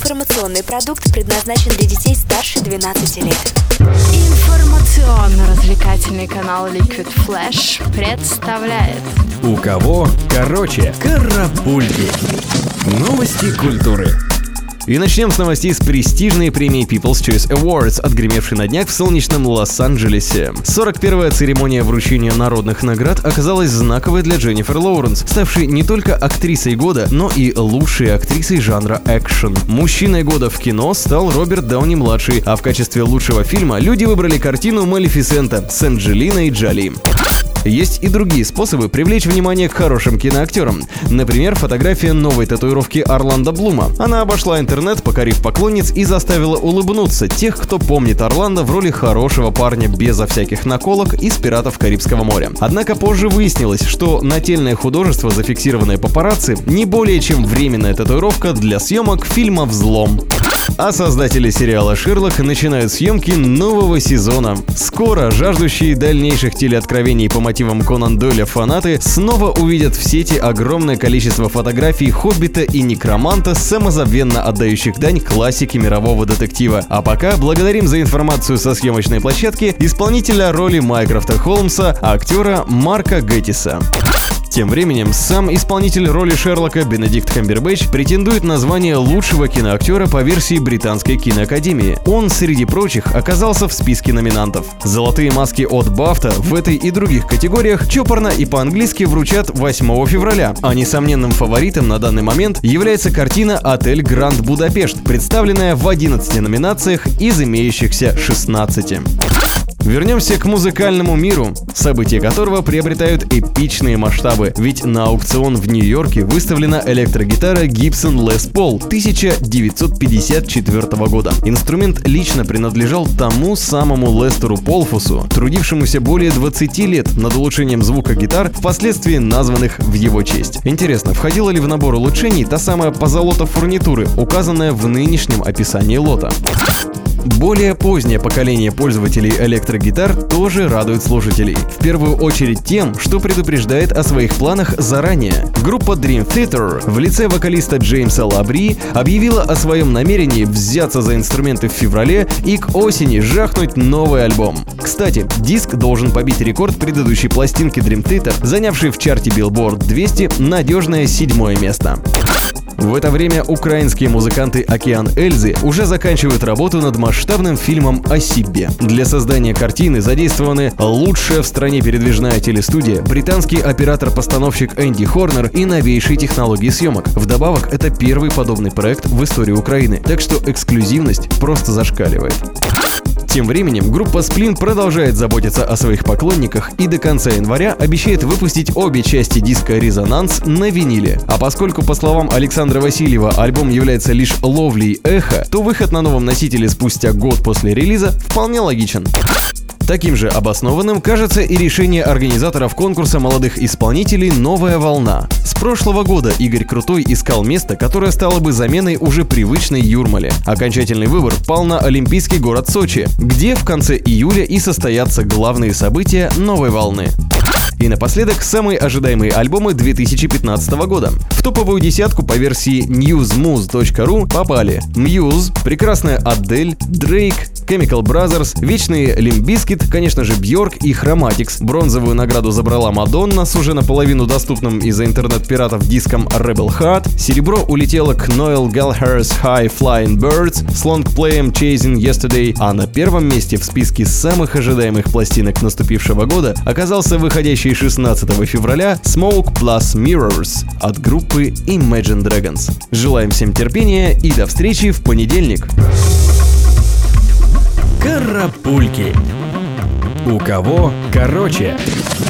Информационный продукт предназначен для детей старше 12 лет. Информационно-развлекательный канал Liquid Flash представляет «У кого короче?» Карапульки. Новости культуры. И начнем с новостей с престижной премии People's Choice Awards, отгремевшей на днях в солнечном Лос-Анджелесе. 41-я церемония вручения народных наград оказалась знаковой для Дженнифер Лоуренс, ставшей не только актрисой года, но и лучшей актрисой жанра экшен. Мужчиной года в кино стал Роберт Дауни-младший, а в качестве лучшего фильма люди выбрали картину «Малефисента» с Анджелиной Джоли. Есть и другие способы привлечь внимание к хорошим киноактерам. Например, фотография новой татуировки Орландо Блума. Она обошла интернет, покорив поклонниц и заставила улыбнуться тех, кто помнит Орландо в роли хорошего парня безо всяких наколок из «Пиратов Карибского моря». Однако позже выяснилось, что нательное художество, зафиксированное папарацци, не более чем временная татуировка для съемок фильма «Взлом». А создатели сериала «Шерлок» начинают съемки нового сезона. Скоро жаждущие дальнейших телеоткровений по мотивам Конан Дойля фанаты снова увидят в сети огромное количество фотографий Хоббита и Некроманта, самозабвенно отдающих дань классике мирового детектива. А пока благодарим за информацию со съемочной площадки исполнителя роли Майкрофта Холмса, актера Марка Геттиса. Тем временем, сам исполнитель роли Шерлока Бенедикт Камбербэтч претендует на звание лучшего киноактера по версии Британской киноакадемии. Он, среди прочих, оказался в списке номинантов. Золотые маски от Бафта в этой и других категориях чопорно и по-английски вручат 8 февраля, а несомненным фаворитом на данный момент является картина «Отель Гранд Будапешт», представленная в 11 номинациях из имеющихся 16. Вернемся к музыкальному миру, события которого приобретают эпичные масштабы, ведь на аукцион в Нью-Йорке выставлена электрогитара Gibson Les Paul 1954 года. Инструмент лично принадлежал тому самому Лестеру Полфусу, трудившемуся более 20 лет над улучшением звука гитар, впоследствии названных в его честь. Интересно, входила ли в набор улучшений та самая позолота фурнитуры, указанная в нынешнем описании лота? Более позднее поколение пользователей электрогитар тоже радует слушателей. В первую очередь тем, что предупреждает о своих планах заранее. Группа Dream Theater в лице вокалиста Джеймса Лабри объявила о своем намерении взяться за инструменты в феврале и к осени жахнуть новый альбом. Кстати, диск должен побить рекорд предыдущей пластинки Dream Theater, занявшей в чарте Billboard 200 надежное 7-е место. В это время украинские музыканты «Океан Эльзы» уже заканчивают работу над масштабным фильмом о себе. Для создания картины задействованы лучшая в стране передвижная телестудия, британский оператор-постановщик Энди Хорнер и новейшие технологии съемок. Вдобавок, это первый подобный проект в истории Украины, так что эксклюзивность просто зашкаливает. Тем временем группа Splin продолжает заботиться о своих поклонниках и до конца января обещает выпустить обе части диска «Резонанс» на виниле. А поскольку, по словам Александра Васильева, альбом является лишь ловлей эха, то выход на новом носителе спустя год после релиза вполне логичен. Таким же обоснованным кажется и решение организаторов конкурса молодых исполнителей «Новая волна». С прошлого года Игорь Крутой искал место, которое стало бы заменой уже привычной Юрмале. Окончательный выбор пал на олимпийский город Сочи, где в конце июля и состоятся главные события «Новой волны». И напоследок, самые ожидаемые альбомы 2015 года. В топовую десятку по версии newsmuse.ru попали Muse, прекрасная Адель, Дрейк, Chemical Brothers, вечные Limp Bizkit, конечно же Бьорк и Chromatics. Бронзовую награду забрала Мадонна с уже наполовину доступным из-за интернет-пиратов диском Rebel Heart. Серебро улетело к Noel Gallagher's High Flying Birds с лонгплеем Chasing Yesterday, а на первом месте в списке самых ожидаемых пластинок наступившего года оказался выходящий 16 февраля Smoke Plus Mirrors от группы Imagine Dragons. Желаем всем терпения и до встречи в понедельник. Карапульки. У кого короче?